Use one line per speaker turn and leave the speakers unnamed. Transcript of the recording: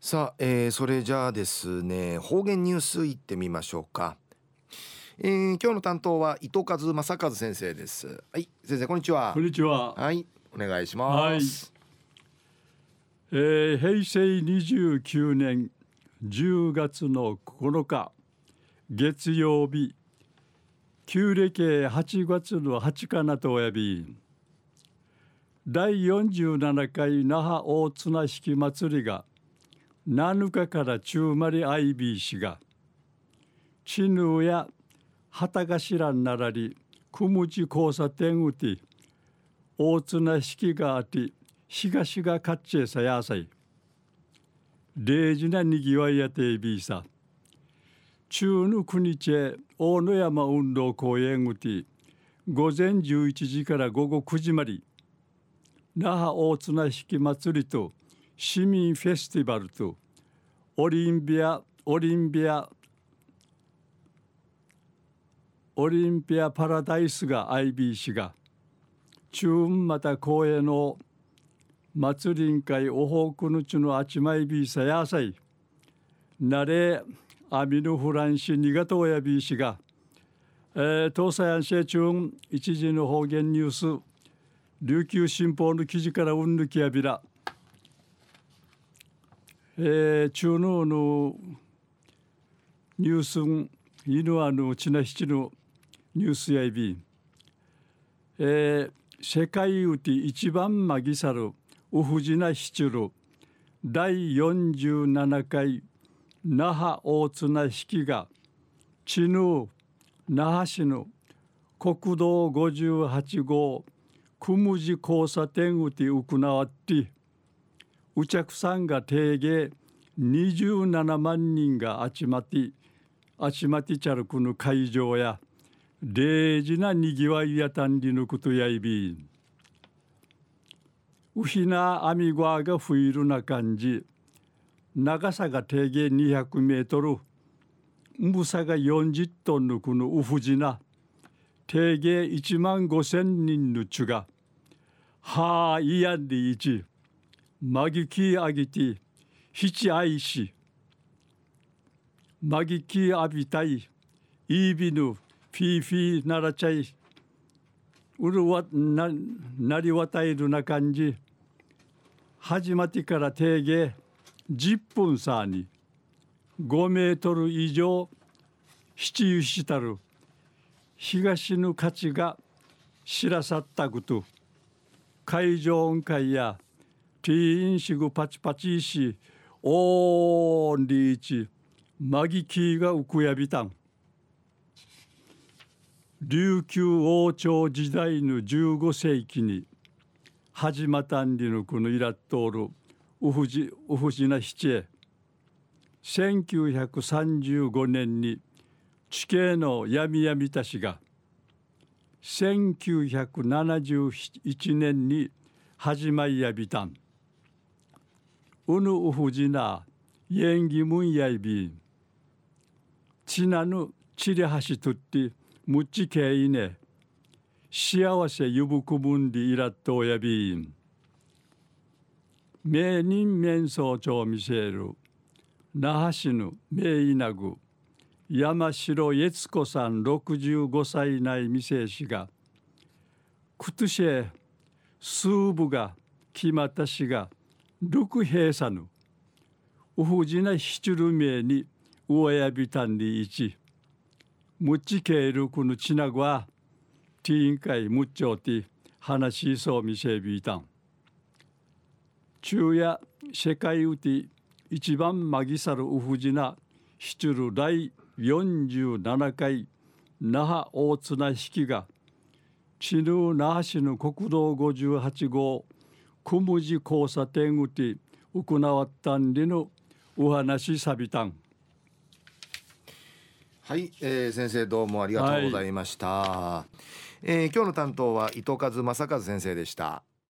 さあ、それじゃあですね、方言ニュースいってみましょうか。今日の担当は糸数正和先生です。はい、先生こんにちは。
こんにちは。
はい、お願いし
はい。
ます。
平成29年10月の9日月曜日、旧暦8月の8日なとおやび、第47回那覇大綱引祭りが7日から中まり IB 市が、チヌーや旗頭ならり、くむち交差点うて、大綱引があって、東がかっちえさやさい。礼事なにぎわいやてびさ。中の国地へ大野山運動公園うて、午前11時から午後9時まで、那覇大綱引祭りと市民フェスティバルとオリンピアパラダイスが IB 市が中また公園の祭りん会おほうくぬちのあちまいびさやさいなれアミヌフランシニガトウヤビー氏が、東西安市中一時の方言ニュース琉球新報の記事からうんぬきやびら、中のニュースイヌアのちなひちのニュースやいび、世界うて一番まぎさるウフジナヒチュル第47回那覇大綱引がチヌー那覇市の国道58号くむじ交差点うて行わってお客さんが定芸27万人が集まってチャルクの会場や礼事なにぎわいやたんりのことやいびうひなあみごわがふいるな感じ長さが定芸200メートル重さが40トンのこのうふじな定芸1万5,000人のちゅがはあいやんでいちまぎきあぎてひちあいしまぎきあびたいいびぬフィーフィーならちゃいうるわなりわたえるな感じ始まってから定芸10分さに5メートル以上七ゆしたる東の価値が知らさったこと会場音階やティーンシグパチパチしオーンリーチマギキーがウクヤビタン琉球王朝時代の15世紀に始まったんりのこのイラットールウフジな七へ1935年に地形の闇闇たしが1971年に始まりやびたんうぬうふじな演技むんやいびんちなぬちりはしとってむっちけいね幸せゆぶくぶんりいらっとやびん名人面相長見せる那覇市の名医なぐ山城悦子さん65歳内未成氏がくとしえ数部が決まったしが六平さぬうふじなひちゅるめにうわやびたんりいちむちけいるくぬちなぐはティーン会むっちょうて話しそうみせびいたん昼夜世界うて一番まぎさるうふじなひちゅる第47回那覇大綱引がチヌー那覇市の国道58号くむじ交差点うて行わったんりのお話さびたん。
はい、先生どうもありがとうございました。今日の担当は糸数正和先生でした。